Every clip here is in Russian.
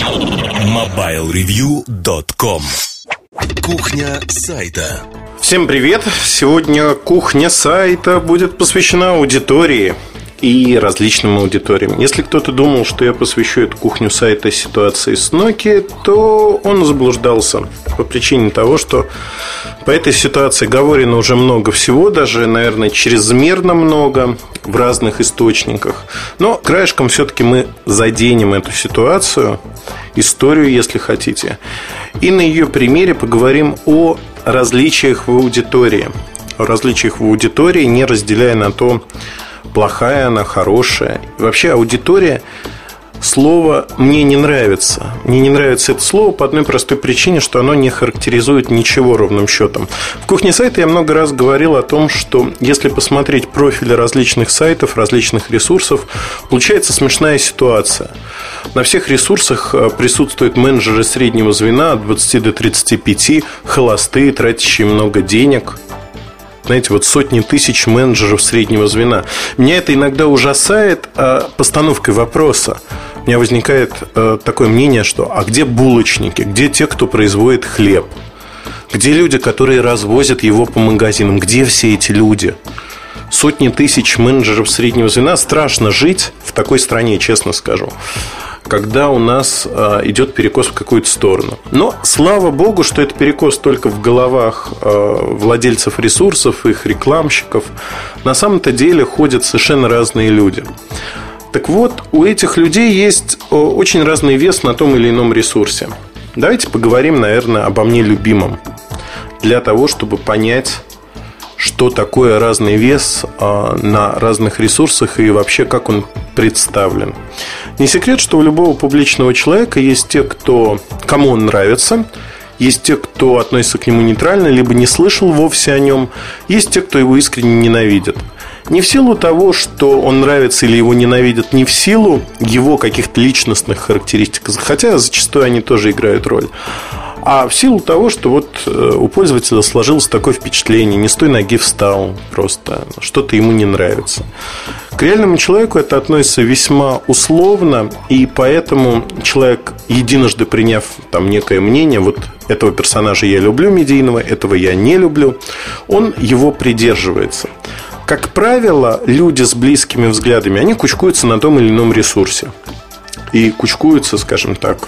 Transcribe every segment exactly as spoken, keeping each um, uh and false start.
мобайл ревью точка ком. Кухня сайта. Всем привет! Сегодня кухня сайта будет посвящена аудитории и различным аудиториям. Если кто-то думал, что я посвящу эту кухню сайта ситуации с Nokia, то он заблуждался по причине того, что по этой ситуации говорено уже много всего, даже, наверное, чрезмерно много в разных источниках. Но краешком все-таки мы заденем эту ситуацию, историю, если хотите, и на ее примере поговорим о различиях в аудитории. О различиях в аудитории, не разделяя на то, плохая она, хорошая. Вообще аудитория, слово мне не нравится. Мне не нравится это слово по одной простой причине, что оно не характеризует ничего ровным счетом. В кухне сайта я много раз говорил о том, что если посмотреть профили различных сайтов, различных ресурсов, получается смешная ситуация. На всех ресурсах присутствуют менеджеры среднего звена от двадцати до тридцати пяти, холостые, тратящие много денег. Знаете, вот сотни тысяч менеджеров среднего звена. Меня это иногда ужасает а, постановкой вопроса. У меня возникает а, такое мнение, что а где булочники? Где те, кто производит хлеб? Где люди, которые развозят его по магазинам? Где все эти люди? Сотни тысяч менеджеров среднего звена. Страшно жить в такой стране, честно скажу, когда у нас а, идет перекос в какую-то сторону. Но слава богу, что это перекос только в головах а, владельцев ресурсов, их рекламщиков. На самом-то деле ходят совершенно разные люди. Так вот, у этих людей есть очень разный вес на том или ином ресурсе. Давайте поговорим, наверное, обо мне любимом, для того, чтобы понять, что такое разный вес а, на разных ресурсах и вообще как он представлен. Не секрет, что у любого публичного человека есть те, кто, кому он нравится, есть те, кто относится к нему нейтрально, либо не слышал вовсе о нем, есть те, кто его искренне ненавидит. Не в силу того, что он нравится или его ненавидят, не в силу его каких-то личностных характеристик, хотя зачастую они тоже играют роль, а в силу того, что вот у пользователя сложилось такое впечатление, не с той ноги встал, просто что-то ему не нравится. К реальному человеку это относится весьма условно, и поэтому человек, единожды приняв там некое мнение, вот этого персонажа я люблю медийного, этого я не люблю, он его придерживается. Как правило, люди с близкими взглядами, они кучкуются на том или ином ресурсе. И кучкуются, скажем так,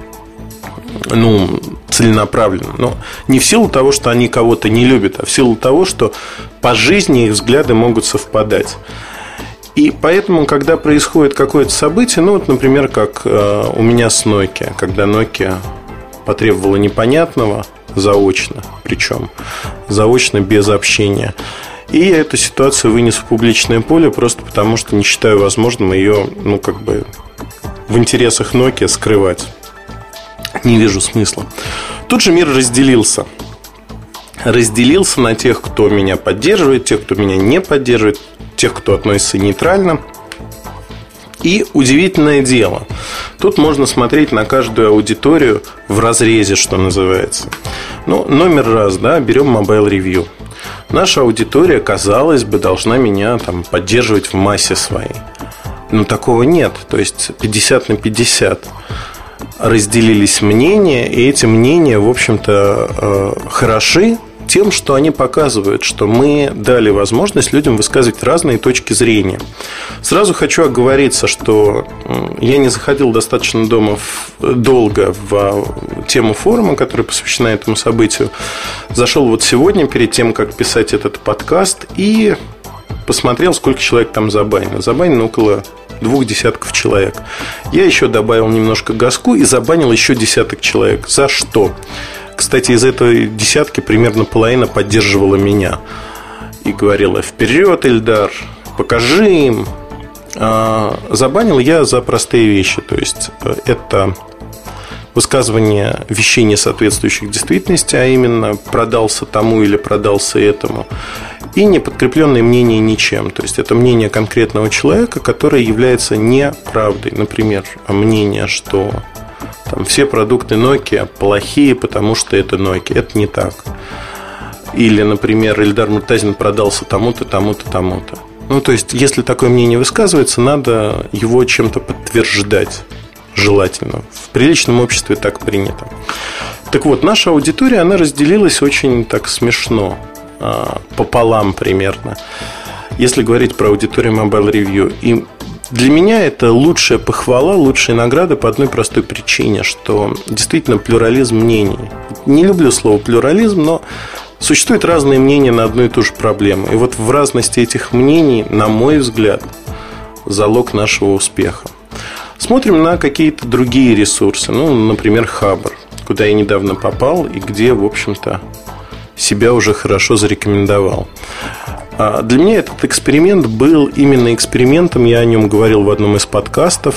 ну, целенаправленно. Но не в силу того, что они кого-то не любят, а в силу того, что по жизни их взгляды могут совпадать. И поэтому, когда происходит какое-то событие, ну вот, например, как э, у меня с Nokia, когда Nokia потребовала непонятного заочно, причем заочно без общения, и я эту ситуацию вынес в публичное поле просто потому, что не считаю возможным ее, ну, как бы в интересах Nokia скрывать. Не вижу смысла. Тут же мир разделился. Разделился на тех, кто меня поддерживает, тех, кто меня не поддерживает, тех, кто относится нейтрально. И удивительное дело, тут можно смотреть на каждую аудиторию в разрезе, что называется. Ну, номер раз, да, берем мобайл ревью. Наша аудитория, казалось бы, должна меня там поддерживать в массе своей. Но такого нет. То есть пятьдесят на пятьдесят разделились мнения, и эти мнения, в общем-то, хороши тем, что они показывают, что мы дали возможность людям высказывать разные точки зрения. Сразу хочу оговориться, что я не заходил достаточно дома в, долго в тему форума, которая посвящена этому событию. Зашел вот сегодня, перед тем, как писать этот подкаст, и посмотрел, сколько человек там забанено. Забанено около двух десятков человек. Я еще добавил немножко газку и забанил еще десяток человек. За что? Кстати, из этой десятки примерно половина поддерживала меня и говорила: вперед, Ильдар, покажи им. А забанил я за простые вещи. То есть это высказывание вещей, не соответствующих действительности, а именно продался тому или продался этому, и не подкрепленное мнение ничем. То есть это мнение конкретного человека, которое является неправдой. Например, мнение, что там все продукты Nokia плохие, потому что это Nokia. Это не так. Или, например, Ильдар Муртазин продался тому-то, тому-то, тому-то. Ну, то есть, если такое мнение высказывается, надо его чем-то подтверждать. желательно. В приличном обществе так принято. Так вот, наша аудитория, она разделилась очень так смешно, пополам примерно, если говорить про аудиторию Mobile Review. И для меня это лучшая похвала, лучшая награда по одной простой причине, что действительно плюрализм мнений. Не люблю слово плюрализм, но существуют разные мнения на одну и ту же проблему. И вот в разности этих мнений, на мой взгляд, залог нашего успеха. Смотрим на какие-то другие ресурсы. Ну, например, Хабр, куда я недавно попал и где, в общем-то, себя уже хорошо зарекомендовал. Для меня этот эксперимент был именно экспериментом. Я о нем говорил в одном из подкастов.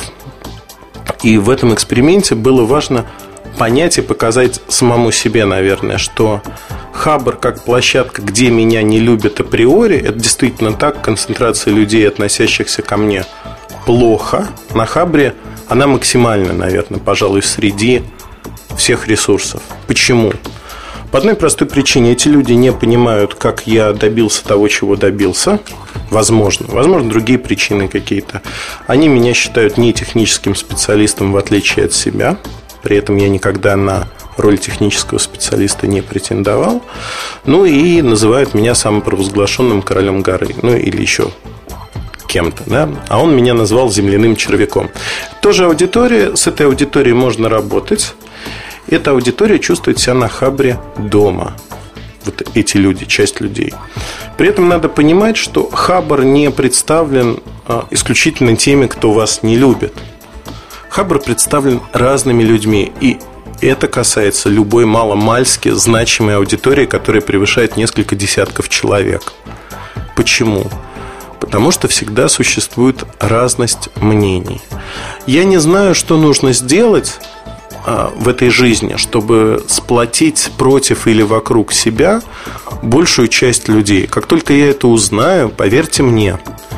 И в этом эксперименте было важно понять и показать самому себе, наверное, что Хабр как площадка, где меня не любят априори, это действительно так. Концентрация людей, относящихся ко мне, плохо. На Хабре она максимальна, наверное, пожалуй, среди всех ресурсов. Почему? По одной простой причине. Эти люди не понимают, как я добился того, чего добился. Возможно. Возможно, другие причины какие-то. Они меня считают не техническим специалистом, в отличие от себя. При этом я никогда на роль технического специалиста не претендовал. Ну и называют меня самопровозглашенным королем горы. Ну или еще кем-то, да? А он меня назвал земляным червяком. Тоже аудитория. С этой аудиторией можно работать. Эта аудитория чувствует себя на Хабре дома. Вот эти люди, часть людей. При этом надо понимать, что Хабр не представлен а, исключительно теми, кто вас не любит. Хабр представлен разными людьми. И это касается любой маломальски значимой аудитории, которая превышает несколько десятков человек. Почему? Потому что всегда существует разность мнений. Я не знаю, что нужно сделать в этой жизни, чтобы сплотить против или вокруг себя большую часть людей. Как только я это узнаю, поверьте мне,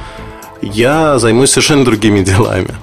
я займусь совершенно другими делами.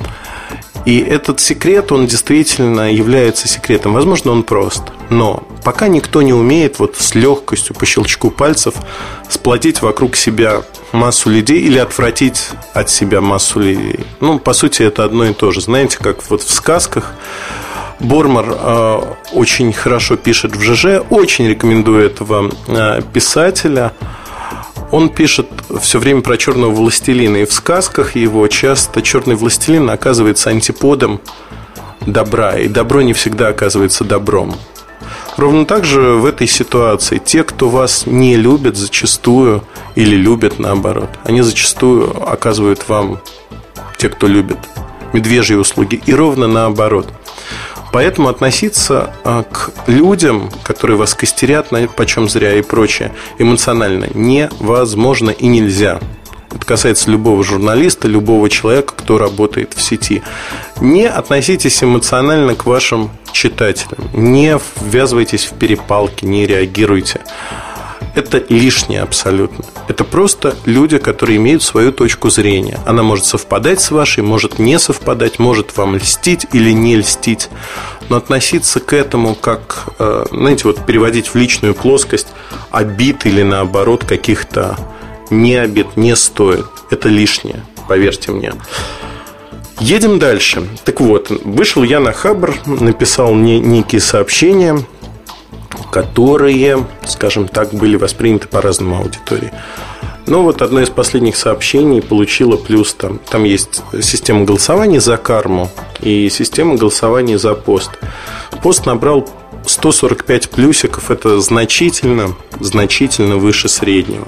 И этот секрет, он действительно является секретом. Возможно, он прост. Но пока никто не умеет вот с легкостью, по щелчку пальцев сплотить вокруг себя массу людей или отвратить от себя массу людей. Ну, по сути, это одно и то же. Знаете, как вот в сказках Бормер э, очень хорошо пишет в ЖЖ. Очень рекомендую этого э, писателя. Он пишет все время про черного властелина. И в сказках его часто черный властелин оказывается антиподом добра. И добро не всегда оказывается добром. Ровно так же в этой ситуации те, кто вас не любят зачастую, или любят наоборот, они зачастую оказывают вам, те, кто любит, медвежьи услуги. И ровно наоборот. Поэтому относиться к людям, которые вас костерят, почем зря и прочее, эмоционально невозможно и нельзя. Это касается любого журналиста, любого человека, кто работает в сети. Не относитесь эмоционально к вашим читателям. Не ввязывайтесь в перепалки, не реагируйте. Это лишнее абсолютно. Это просто люди, которые имеют свою точку зрения. Она может совпадать с вашей, может не совпадать, может вам льстить или не льстить. Но относиться к этому как, знаете, вот переводить в личную плоскость обид или наоборот каких-то не обид не стоит. Это лишнее, поверьте мне. Едем дальше. Так вот, вышел я на Хабр, написал мне некие сообщения, которые, скажем так, были восприняты по-разному аудитории. Но вот одно из последних сообщений получило плюс там. Там есть система голосования за карму и система голосования за пост. Пост набрал сто сорок пять плюсиков. Это значительно, значительно выше среднего.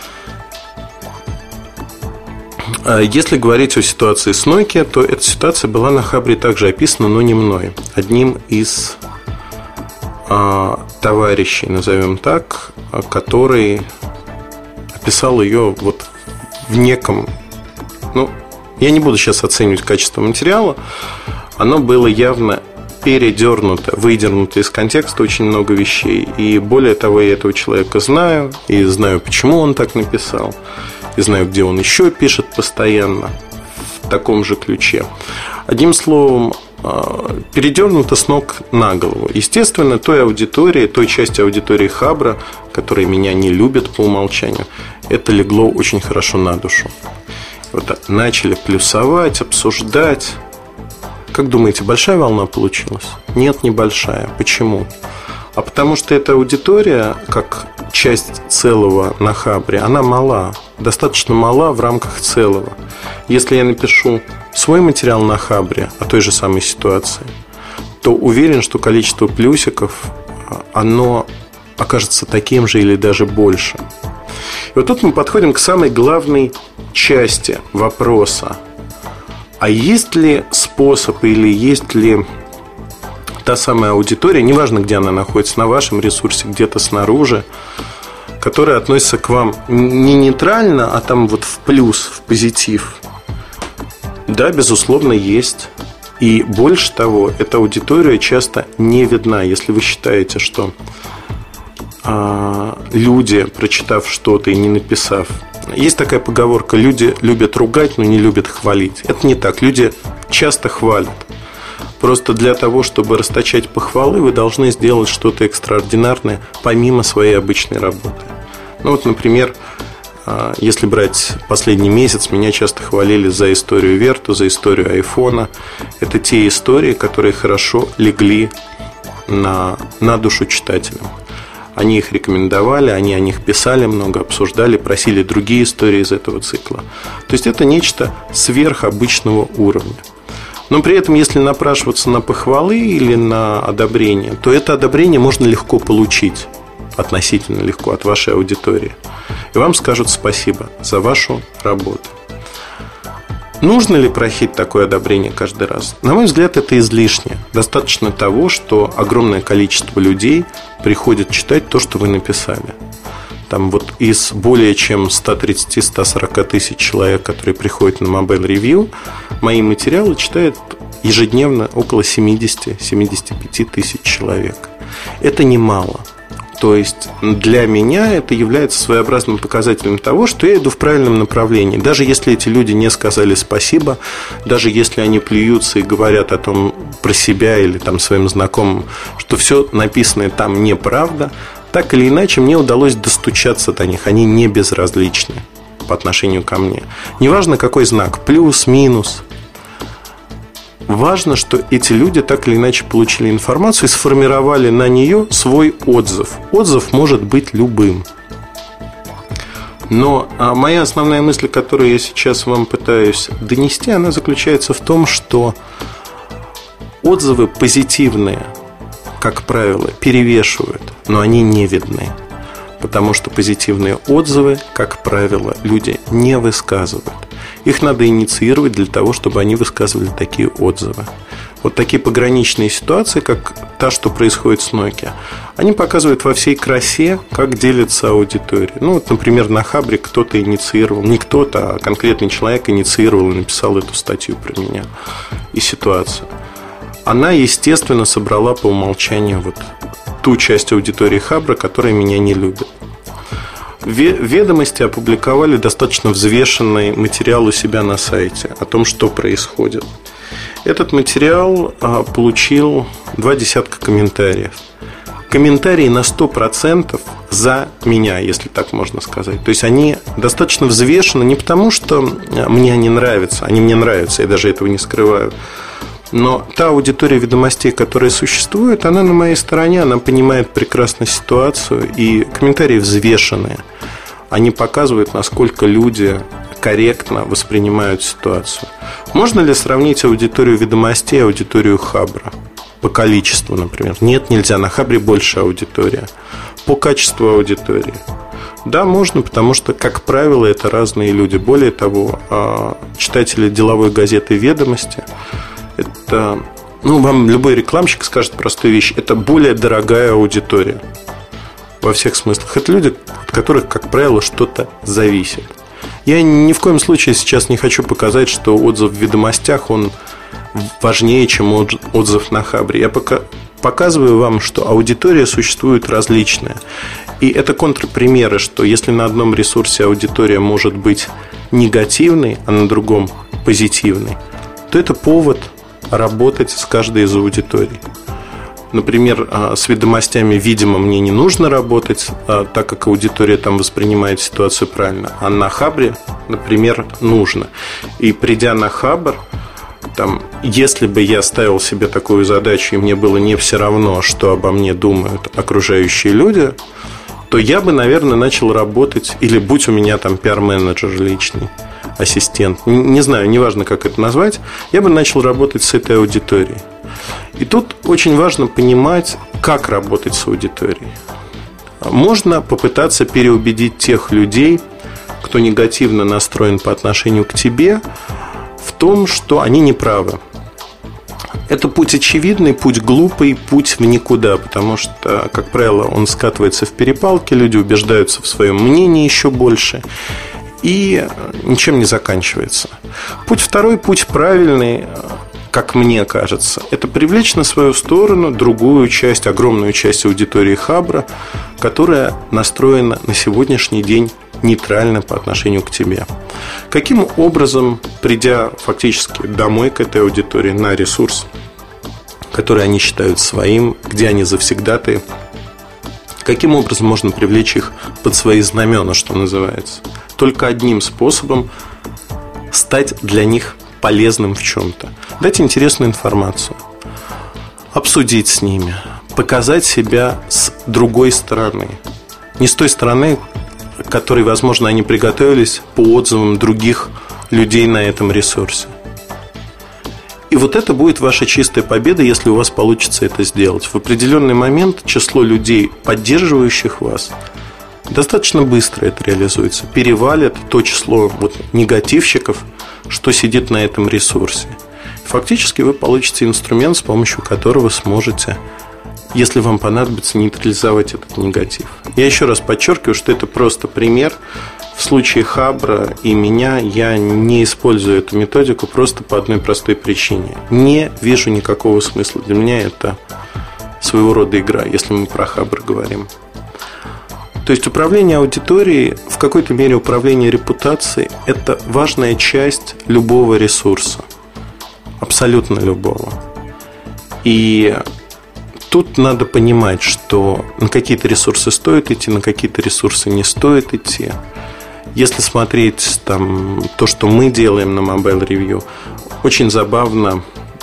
Если говорить о ситуации с Nokia, то эта ситуация была на Хабре также описана, но не мной. Одним из а, товарищей, назовем так, который описал ее вот в неком... Ну, я не буду сейчас оценивать качество материала. Оно было явно передернуто, выдернуто из контекста очень много вещей. И более того, я этого человека знаю, и знаю, почему он так написал. И знаю, где он еще пишет постоянно в таком же ключе. Одним словом, передернуто с ног на голову. Естественно, той аудитории, той части аудитории Хабра, которая меня не любит по умолчанию, это легло очень хорошо на душу. Вот начали плюсовать, обсуждать. Как думаете, большая волна получилась? Нет, небольшая. Почему? А потому что эта аудитория, как часть целого на Хабре, она мала, достаточно мала в рамках целого. Если я напишу свой материал на Хабре о той же самой ситуации, то уверен, что количество плюсиков, оно окажется таким же или даже больше. И вот тут мы подходим к самой главной части вопроса. А есть ли способ или есть ли та самая аудитория, неважно, где она находится, на вашем ресурсе, где-то снаружи, которая относится к вам не нейтрально, а там вот в плюс, в позитив? Да, безусловно, есть. И больше того, эта аудитория часто не видна. Если вы считаете, что а, люди, прочитав что-то и не написав... Есть такая поговорка: люди любят ругать, но не любят хвалить. Это не так. Люди часто хвалят. Просто для того, чтобы расточать похвалы, вы должны сделать что-то экстраординарное помимо своей обычной работы. Ну вот, например, если брать последний месяц, меня часто хвалили за историю Верту, за историю айфона. Это те истории, которые хорошо легли на, на душу читателям. Они их рекомендовали, они о них писали много, обсуждали, просили другие истории из этого цикла. То есть это нечто сверхобычного уровня. Но при этом, если напрашиваться на похвалы или на одобрение, то это одобрение можно легко получить, относительно легко, от вашей аудитории. И вам скажут спасибо за вашу работу. Нужно ли просить такое одобрение каждый раз? На мой взгляд, это излишне. Достаточно того, что огромное количество людей приходит читать то, что вы написали. Там вот из более чем сто тридцать - сто сорок тысяч человек, которые приходят на Mobile Review, мои материалы читают ежедневно около семьдесят - семьдесят пять тысяч человек. Это немало. То есть для меня это является своеобразным показателем того, что я иду в правильном направлении. Даже если эти люди не сказали спасибо, даже если они плюются и говорят о том про себя или там своим знакомым, что все написанное там неправда, так или иначе мне удалось достучаться до них. Они не безразличны по отношению ко мне. Неважно, какой знак, плюс, минус. Важно, что эти люди так или иначе получили информацию и сформировали на нее свой отзыв. Отзыв может быть любым. Но моя основная мысль, которую я сейчас вам пытаюсь донести, она заключается в том, что отзывы позитивные, как правило, перевешивают, но они не видны. Потому что позитивные отзывы, как правило, люди не высказывают. Их надо инициировать для того, чтобы они высказывали такие отзывы. Вот такие пограничные ситуации, как та, что происходит с Nokia, они показывают во всей красе, как делится аудитория. Ну, вот, например, на Хабре кто-то инициировал, не кто-то, а конкретный человек инициировал и написал эту статью про меня и ситуацию. Она, естественно, собрала по умолчанию вот ту часть аудитории Хабра, которая меня не любит. Ведомости опубликовали достаточно взвешенный материал у себя на сайте о том, что происходит. Этот материал а, получил два десятка комментариев. Комментарии на сто процентов за меня, если так можно сказать. То есть они достаточно взвешены не потому, что мне они нравятся. Они мне нравятся, я даже этого не скрываю. Но та аудитория ведомостей, которая существует, она на моей стороне, она понимает прекрасно ситуацию, и комментарии взвешенные. Они показывают, насколько люди корректно воспринимают ситуацию. Можно ли сравнить аудиторию ведомостей и аудиторию Хабра? По количеству, например. Нет, нельзя. На Хабре больше аудитория. По качеству аудитории. Да, можно, потому что, как правило, это разные люди. Более того, читатели деловой газеты «Ведомости» — это, ну, вам любой рекламщик скажет простую вещь: это более дорогая аудитория во всех смыслах. Это люди, от которых, как правило, что-то зависит. Я ни в коем случае сейчас не хочу показать, что отзыв в ведомостях, он важнее, чем отзыв на Хабре. Я пока показываю вам, что аудитория существует различная. И это контрпримеры, что если на одном ресурсе аудитория может быть негативной, а на другом позитивной, то это повод работать с каждой из аудиторий. Например, с ведомостями, видимо, мне не нужно работать, так как аудитория там воспринимает ситуацию правильно. А на Хабре, например, нужно. И придя на Хабр, там, если бы я ставил себе такую задачу, и мне было не все равно, что обо мне думают окружающие люди, то я бы, наверное, начал работать, или будь у меня там пиар-менеджер личный, ассистент, не, не знаю, неважно, как это назвать, я бы начал работать с этой аудиторией. И тут очень важно понимать, как работать с аудиторией. Можно попытаться переубедить тех людей, кто негативно настроен по отношению к тебе, в том, что они не правы. Это путь очевидный, путь глупый, путь в никуда, потому что, как правило, он скатывается в перепалки, люди убеждаются в своем мнении еще больше, и ничем не заканчивается. Путь второй, путь правильный, как мне кажется, это привлечь на свою сторону другую часть, огромную часть аудитории Хабра, которая настроена на сегодняшний день нейтрально по отношению к тебе. Каким образом, придя фактически домой к этой аудитории на ресурс, который они считают своим, где они завсегдатые, каким образом можно привлечь их под свои знамена, что называется? Только одним способом: стать для них полезным в чем-то, дать интересную информацию, обсудить с ними, показать себя с другой стороны, не с той стороны, к которой, возможно, они приготовились по отзывам других людей на этом ресурсе. И вот это будет ваша чистая победа, если у вас получится это сделать. В определенный момент число людей, поддерживающих вас, достаточно быстро это реализуется. Перевалит то число вот негативщиков, что сидит на этом ресурсе. Фактически вы получите инструмент, с помощью которого сможете, если вам понадобится, нейтрализовать этот негатив. Я еще раз подчеркиваю, что это просто пример. В случае Хабра и меня я не использую эту методику просто по одной простой причине. Не вижу никакого смысла. Для меня это своего рода игра, если мы про Хабр говорим. То есть управление аудиторией, в какой-то мере управление репутацией, это важная часть любого ресурса. Абсолютно любого. И тут надо понимать, что на какие-то ресурсы стоит идти, на какие-то ресурсы не стоит идти. Если смотреть там, то, что мы делаем на Mobile Review, очень забавно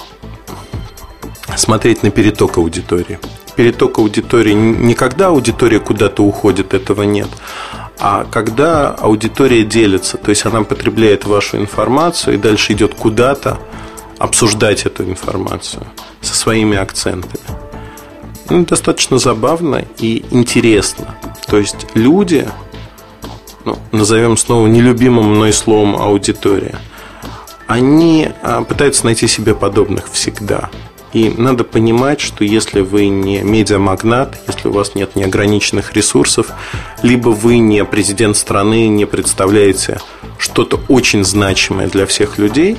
смотреть на переток аудитории. Переток аудитории не когда аудитория куда-то уходит, этого нет, а когда аудитория делится. То есть она потребляет вашу информацию и дальше идет куда-то обсуждать эту информацию со своими акцентами. Ну, достаточно забавно и интересно. То есть люди, ну, назовем снова нелюбимым мной словом аудитория, они пытаются найти себе подобных всегда. И надо понимать, что если вы не медиамагнат, если у вас нет неограниченных ресурсов, либо вы не президент страны, не представляете что-то очень значимое для всех людей,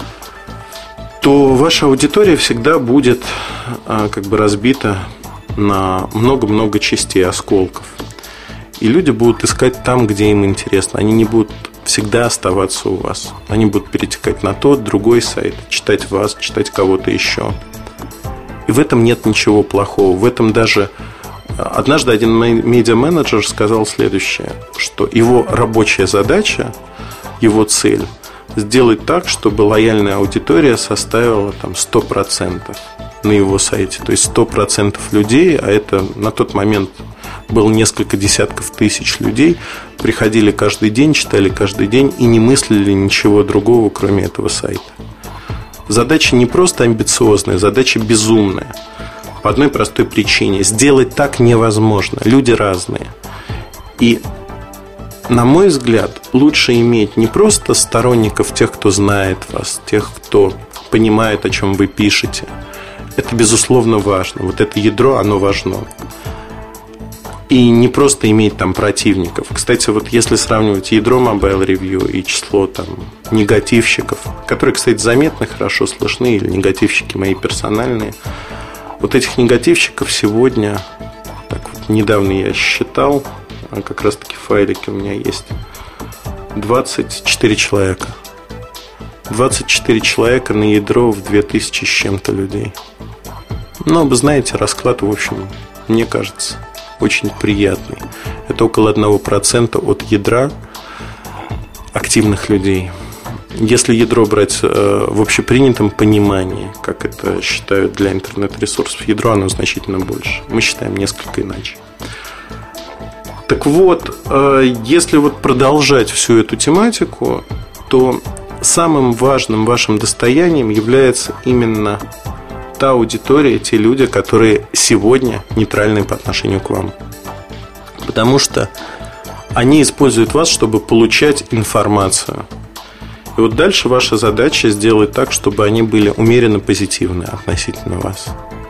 то ваша аудитория всегда будет как бы разбита на много-много частей, осколков. И люди будут искать там, где им интересно. Они не будут всегда оставаться у вас. Они будут перетекать на тот, другой сайт, читать вас, читать кого-то еще. И в этом нет ничего плохого. В этом даже однажды один медиа-менеджер сказал следующее, что его рабочая задача, его цель сделать так, чтобы лояльная аудитория составила там сто процентов на его сайте. То есть сто процентов людей, а это на тот момент было несколько десятков тысяч людей, приходили каждый день, читали каждый день и не мыслили ничего другого, кроме этого сайта. Задача не просто амбициозная, задача безумная. По одной простой причине. Сделать так невозможно. Люди разные. И, на мой взгляд, лучше иметь не просто сторонников, тех, кто знает вас, тех, кто понимает, о чем вы пишете. Это, безусловно, важно. Вот это ядро, оно важно. И не просто иметь там противников. Кстати, вот если сравнивать ядро Mobile Review и число там негативщиков, которые, кстати, заметны, хорошо слышны, или негативщики мои персональные, вот этих негативщиков сегодня, так вот, недавно я считал, как раз таки файлики у меня есть, двадцать четыре человека. двадцать четыре человека на ядро в две тысячи с чем-то людей. Но, вы знаете, расклад, в общем, мне кажется, очень приятный. Это около одного процента от ядра активных людей. если ядро брать в общепринятом понимании, как это считают для интернет-ресурсов, ядро оно значительно больше. Мы считаем несколько иначе. Так вот, если вот продолжать всю эту тематику, то самым важным вашим достоянием является именно та аудитория, те люди, которые сегодня нейтральны по отношению к вам. Потому что они используют вас, чтобы получать информацию. И вот дальше ваша задача сделать так, чтобы они были умеренно позитивны относительно вас.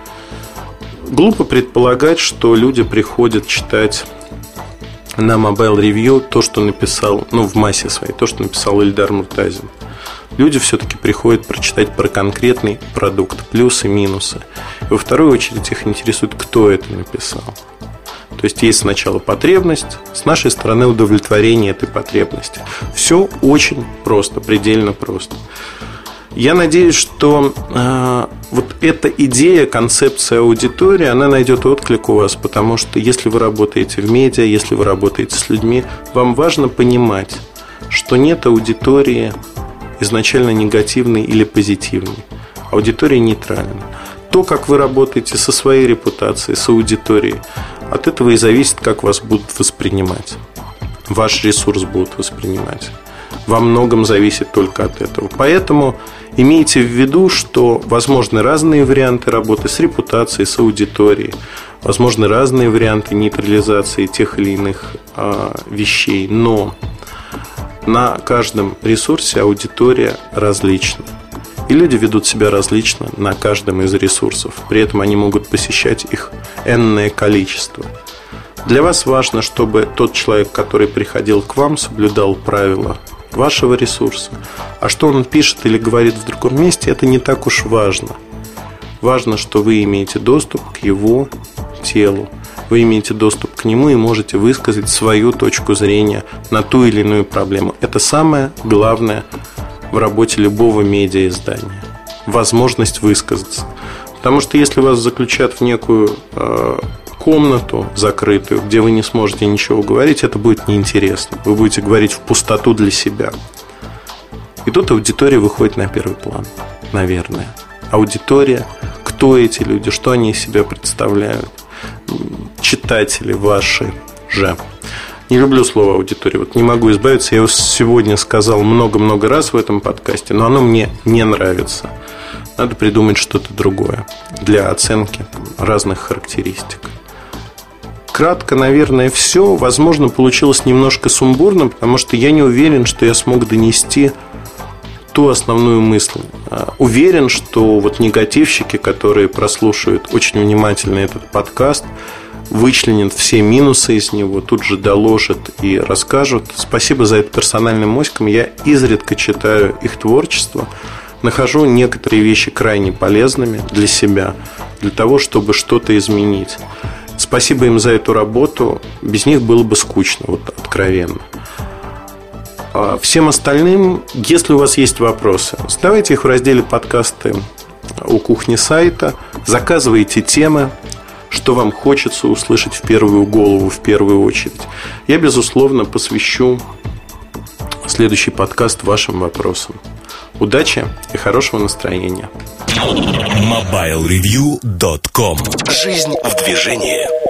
Глупо предполагать, что люди приходят читать на Mobile Review то, что написал, ну, в массе своей, то, что написал Ильдар Муртазин. Люди все-таки приходят прочитать про конкретный продукт, плюсы, минусы. И во вторую очередь их интересует, кто это написал. То есть есть сначала потребность, с нашей стороны удовлетворение этой потребности. Все очень просто, предельно просто. Я надеюсь, что э, вот эта идея, концепция аудитории, она найдет отклик у вас, потому что если вы работаете в медиа, если вы работаете с людьми, вам важно понимать, что нет аудитории изначально негативной или позитивной. Аудитория нейтральна. То, как вы работаете со своей репутацией, с аудиторией, от этого и зависит, как вас будут воспринимать. Ваш ресурс будут воспринимать. Во многом зависит только от этого. Поэтому имейте в виду, что возможны разные варианты работы с репутацией, с аудиторией. Возможны разные варианты нейтрализации тех или иных а, вещей. Но на каждом ресурсе аудитория различна. И люди ведут себя различно на каждом из ресурсов. При этом они могут посещать их энное количество. Для вас важно, чтобы тот человек, который приходил к вам, соблюдал правила вашего ресурса. А что он пишет или говорит в другом месте, это не так уж важно. Важно, что вы имеете доступ к его телу. Вы имеете доступ к нему и можете высказать свою точку зрения на ту или иную проблему. Это самое главное в работе любого медиаиздания. Возможность высказаться. Потому что если вас заключат в некую э, комнату закрытую, где вы не сможете ничего говорить, это будет неинтересно. Вы будете говорить в пустоту для себя. И тут аудитория выходит на первый план, наверное. Аудитория, кто эти люди, что они из себя представляют. Читатели ваши же. Не люблю слово аудитория, вот не могу избавиться. Я его сегодня сказал много-много раз в этом подкасте, но оно мне не нравится. Надо придумать что-то другое для оценки разных характеристик. Кратко, наверное, все. Возможно, получилось немножко сумбурно, потому что я не уверен, что я смог донести ту основную мысль. Уверен, что вот негативщики, которые прослушают очень внимательно этот подкаст, вычленят все минусы из него, тут же доложат и расскажут. Спасибо за это персональным моськам. Я изредка читаю их творчество, нахожу некоторые вещи крайне полезными для себя, для того, чтобы что-то изменить. Спасибо им за эту работу. Без них было бы скучно, вот откровенно. Всем остальным, если у вас есть вопросы, задавайте их в разделе подкасты у кухни сайта, заказывайте темы, что вам хочется услышать в первую голову, в первую очередь. Я, безусловно, посвящу следующий подкаст вашим вопросам. Удачи и хорошего настроения. мобайл ревью точка ком. Жизнь в движении.